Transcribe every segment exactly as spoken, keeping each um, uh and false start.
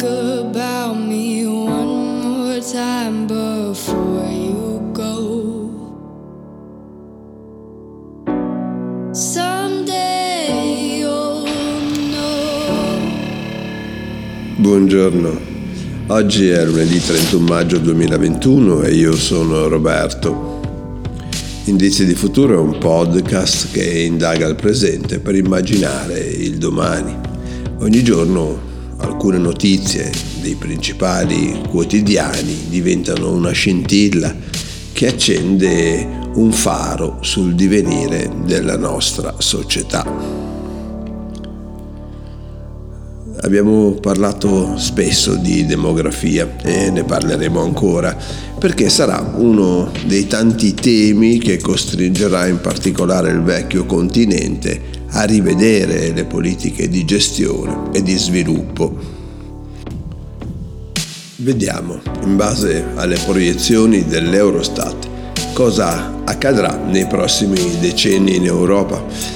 think about me one more time before you go. Someday you'll know. Buongiorno, oggi è lunedì trentuno maggio duemilaventuno e io sono Roberto. Indizi di futuro è un podcast che indaga il presente per immaginare il domani. Ogni giorno alcune notizie dei principali quotidiani diventano una scintilla che accende un faro sul divenire della nostra società. Abbiamo parlato spesso di demografia e ne parleremo ancora, perché sarà uno dei tanti temi che costringerà in particolare il vecchio continente a rivedere le politiche di gestione e di sviluppo. Vediamo, in base alle proiezioni dell'Eurostat, cosa accadrà nei prossimi decenni in Europa.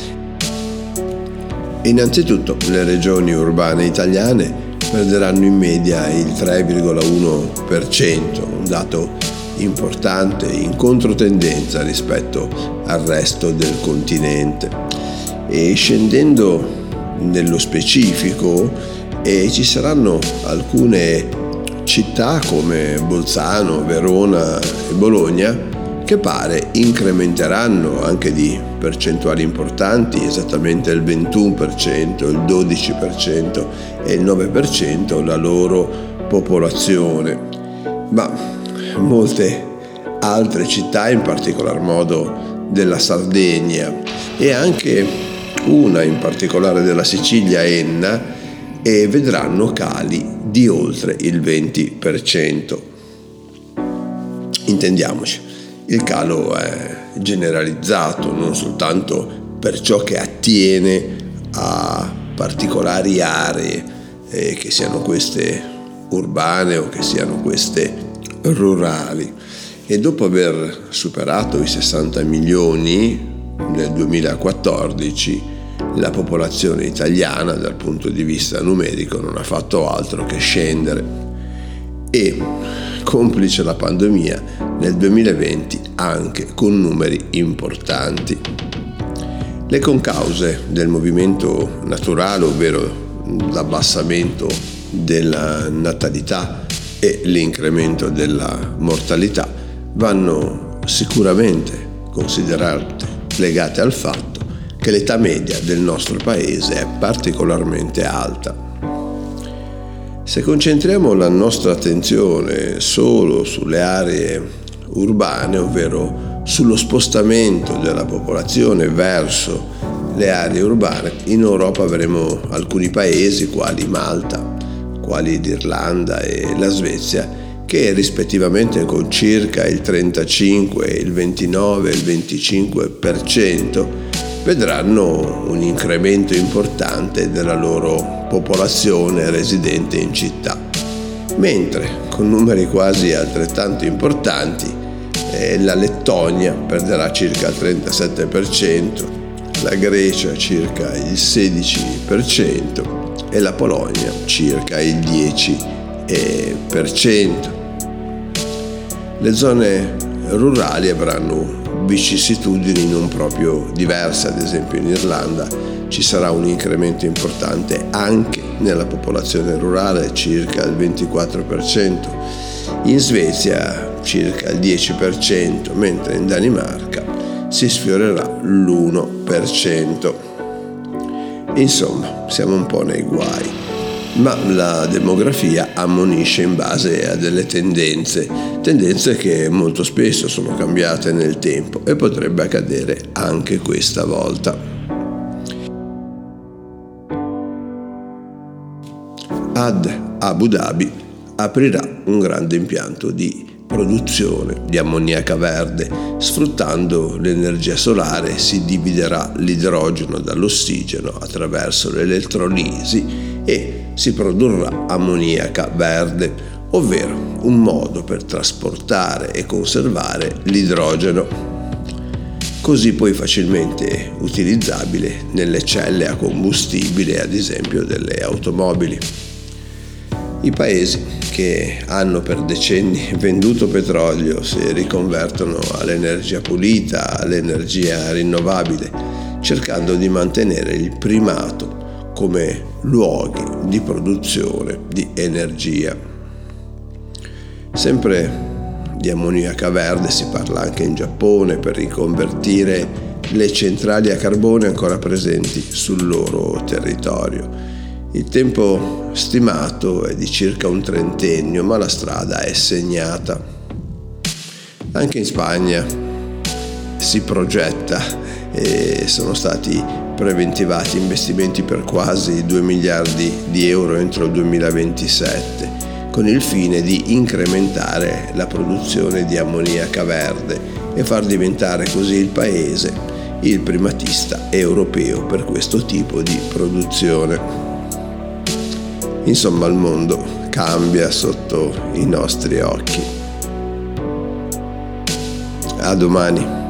Innanzitutto, le regioni urbane italiane perderanno in media il tre virgola uno per cento, un dato importante in controtendenza rispetto al resto del continente. E scendendo nello specifico, eh, ci saranno alcune città come Bolzano, Verona e Bologna che pare incrementeranno anche di percentuali importanti, esattamente il ventuno per cento, il dodici per cento e il nove per cento la loro popolazione. Ma molte altre città, in particolar modo della Sardegna e anche una in particolare della Sicilia, Enna, e vedranno cali di oltre il venti per cento. Intendiamoci, il calo è generalizzato non soltanto per ciò che attiene a particolari aree, eh, che siano queste urbane o che siano queste rurali. E dopo aver superato i sessanta milioni nel duemilaquattordici, la popolazione italiana dal punto di vista numerico non ha fatto altro che scendere e, complice la pandemia, nel duemilaventi anche con numeri importanti. Le concause del movimento naturale, ovvero l'abbassamento della natalità e l'incremento della mortalità, vanno sicuramente considerate legate al fatto che l'età media del nostro paese è particolarmente alta. Se concentriamo la nostra attenzione solo sulle aree urbane, ovvero sullo spostamento della popolazione verso le aree urbane, in Europa avremo alcuni paesi quali Malta, quali l'Irlanda e la Svezia, che rispettivamente con circa il trentacinque, il ventinove e il venticinque per cento vedranno un incremento importante della loro popolazione residente in città, mentre con numeri quasi altrettanto importanti eh, la Lettonia perderà circa il trentasette per cento, la Grecia circa il sedici per cento e la Polonia circa il dieci per cento. Le zone rurali avranno vicissitudini non proprio diverse. Ad esempio in Irlanda ci sarà un incremento importante anche nella popolazione rurale, circa il ventiquattro per cento, in Svezia circa il dieci per cento, mentre in Danimarca si sfiorerà l'uno per cento. Insomma, siamo un po' nei guai, ma la demografia ammonisce in base a delle tendenze, tendenze che molto spesso sono cambiate nel tempo e potrebbe accadere anche questa volta. Ad Abu Dhabi aprirà un grande impianto di produzione di ammoniaca verde. Sfruttando l'energia solare si dividerà l'idrogeno dall'ossigeno attraverso l'elettrolisi e si produrrà ammoniaca verde, ovvero un modo per trasportare e conservare l'idrogeno, così poi facilmente utilizzabile nelle celle a combustibile, ad esempio delle automobili. I paesi che hanno per decenni venduto petrolio si riconvertono all'energia pulita, all'energia rinnovabile, cercando di mantenere il primato come luoghi di produzione di energia. Sempre di ammoniaca verde si parla anche in Giappone per riconvertire le centrali a carbone ancora presenti sul loro territorio. Il tempo stimato è di circa un trentennio, ma la strada è segnata. Anche in Spagna si progetta e sono stati preventivati investimenti per quasi due miliardi di euro entro il duemilaventisette, con il fine di incrementare la produzione di ammoniaca verde e far diventare così il paese il primatista europeo per questo tipo di produzione. Insomma, il mondo cambia sotto i nostri occhi. A domani.